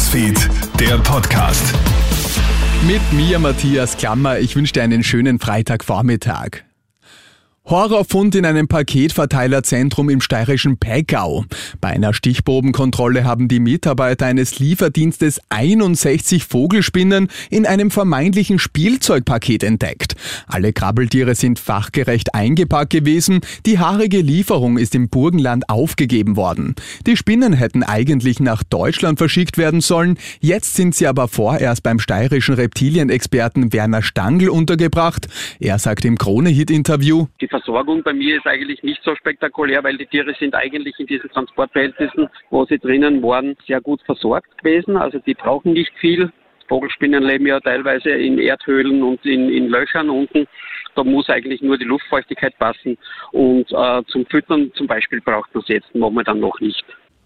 Newsfeed, der Podcast. Mit mir, Matthias Klammer. Ich wünsche dir einen schönen Freitagvormittag. Horrorfund in einem Paketverteilerzentrum im steirischen Peggau. Bei einer Stichprobenkontrolle haben die Mitarbeiter eines Lieferdienstes 61 Vogelspinnen in einem vermeintlichen Spielzeugpaket entdeckt. Alle Krabbeltiere sind fachgerecht eingepackt gewesen. Die haarige Lieferung ist im Burgenland aufgegeben worden. Die Spinnen hätten eigentlich nach Deutschland verschickt werden sollen. Jetzt sind sie aber vorerst beim steirischen Reptilienexperten Werner Stangl untergebracht. Er sagt im Krone-Hit-Interview: Die Versorgung bei mir ist eigentlich nicht so spektakulär, weil die Tiere sind eigentlich in diesen Transportverhältnissen, wo sie drinnen waren, sehr gut versorgt gewesen. Also die brauchen nicht viel. Vogelspinnen leben ja teilweise in Erdhöhlen und in Löchern unten. Da muss eigentlich nur die Luftfeuchtigkeit passen. Und zum Füttern zum Beispiel braucht man es jetzt momentan noch nicht.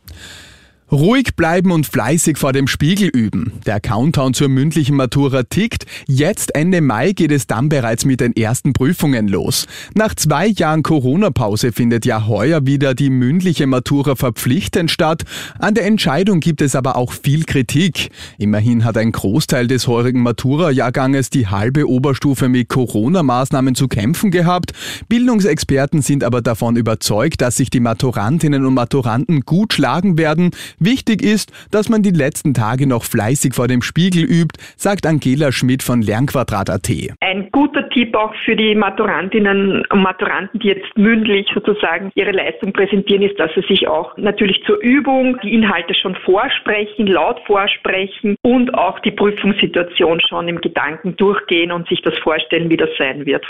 Ruhig bleiben und fleißig vor dem Spiegel üben. Der Countdown zur mündlichen Matura tickt. Jetzt Ende Mai geht es dann bereits mit den ersten Prüfungen los. Nach 2 Jahren Corona-Pause findet ja heuer wieder die mündliche Matura verpflichtend statt. An der Entscheidung gibt es aber auch viel Kritik. Immerhin hat ein Großteil des heurigen Matura-Jahrganges die halbe Oberstufe mit Corona-Maßnahmen zu kämpfen gehabt. Bildungsexperten sind aber davon überzeugt, dass sich die Maturantinnen und Maturanten gut schlagen werden. Wichtig ist, dass man die letzten Tage noch fleißig vor dem Spiegel übt, sagt Angela Schmidt von Lernquadrat.at. Ein guter Tipp auch für die Maturantinnen und Maturanten, die jetzt mündlich sozusagen ihre Leistung präsentieren, ist, dass sie sich auch natürlich zur Übung die Inhalte schon vorsprechen, laut vorsprechen und auch die Prüfungssituation schon im Gedanken durchgehen und sich das vorstellen, wie das sein wird.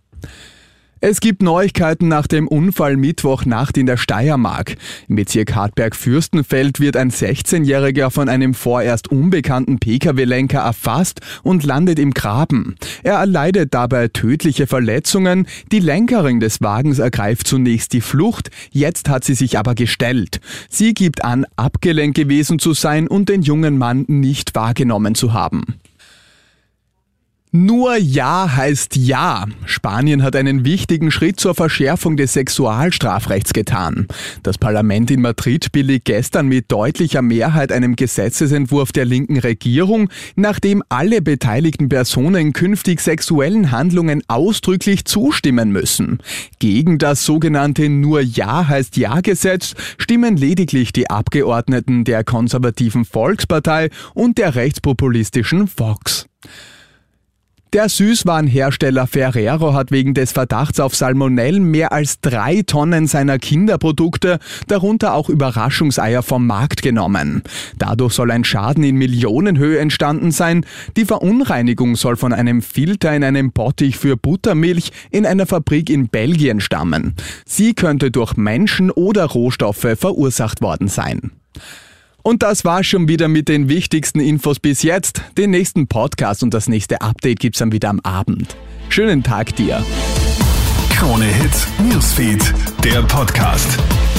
Es gibt Neuigkeiten nach dem Unfall Mittwochnacht in der Steiermark. Im Bezirk Hartberg-Fürstenfeld wird ein 16-Jähriger von einem vorerst unbekannten Pkw-Lenker erfasst und landet im Graben. Er erleidet dabei tödliche Verletzungen. Die Lenkerin des Wagens ergreift zunächst die Flucht, jetzt hat sie sich aber gestellt. Sie gibt an, abgelenkt gewesen zu sein und den jungen Mann nicht wahrgenommen zu haben. Nur Ja heißt Ja. Spanien hat einen wichtigen Schritt zur Verschärfung des Sexualstrafrechts getan. Das Parlament in Madrid billigt gestern mit deutlicher Mehrheit einem Gesetzesentwurf der linken Regierung, nachdem alle beteiligten Personen künftig sexuellen Handlungen ausdrücklich zustimmen müssen. Gegen das sogenannte Nur Ja heißt Ja-Gesetz stimmen lediglich die Abgeordneten der konservativen Volkspartei und der rechtspopulistischen Vox. Der Süßwarenhersteller Ferrero hat wegen des Verdachts auf Salmonellen mehr als 3 Tonnen seiner Kinderprodukte, darunter auch Überraschungseier, vom Markt genommen. Dadurch soll ein Schaden in Millionenhöhe entstanden sein. Die Verunreinigung soll von einem Filter in einem Bottich für Buttermilch in einer Fabrik in Belgien stammen. Sie könnte durch Menschen oder Rohstoffe verursacht worden sein. Und das war's schon wieder mit den wichtigsten Infos bis jetzt. Den nächsten Podcast und das nächste Update gibt's dann wieder am Abend. Schönen Tag dir. Krone-Hit Newsfeed, der Podcast.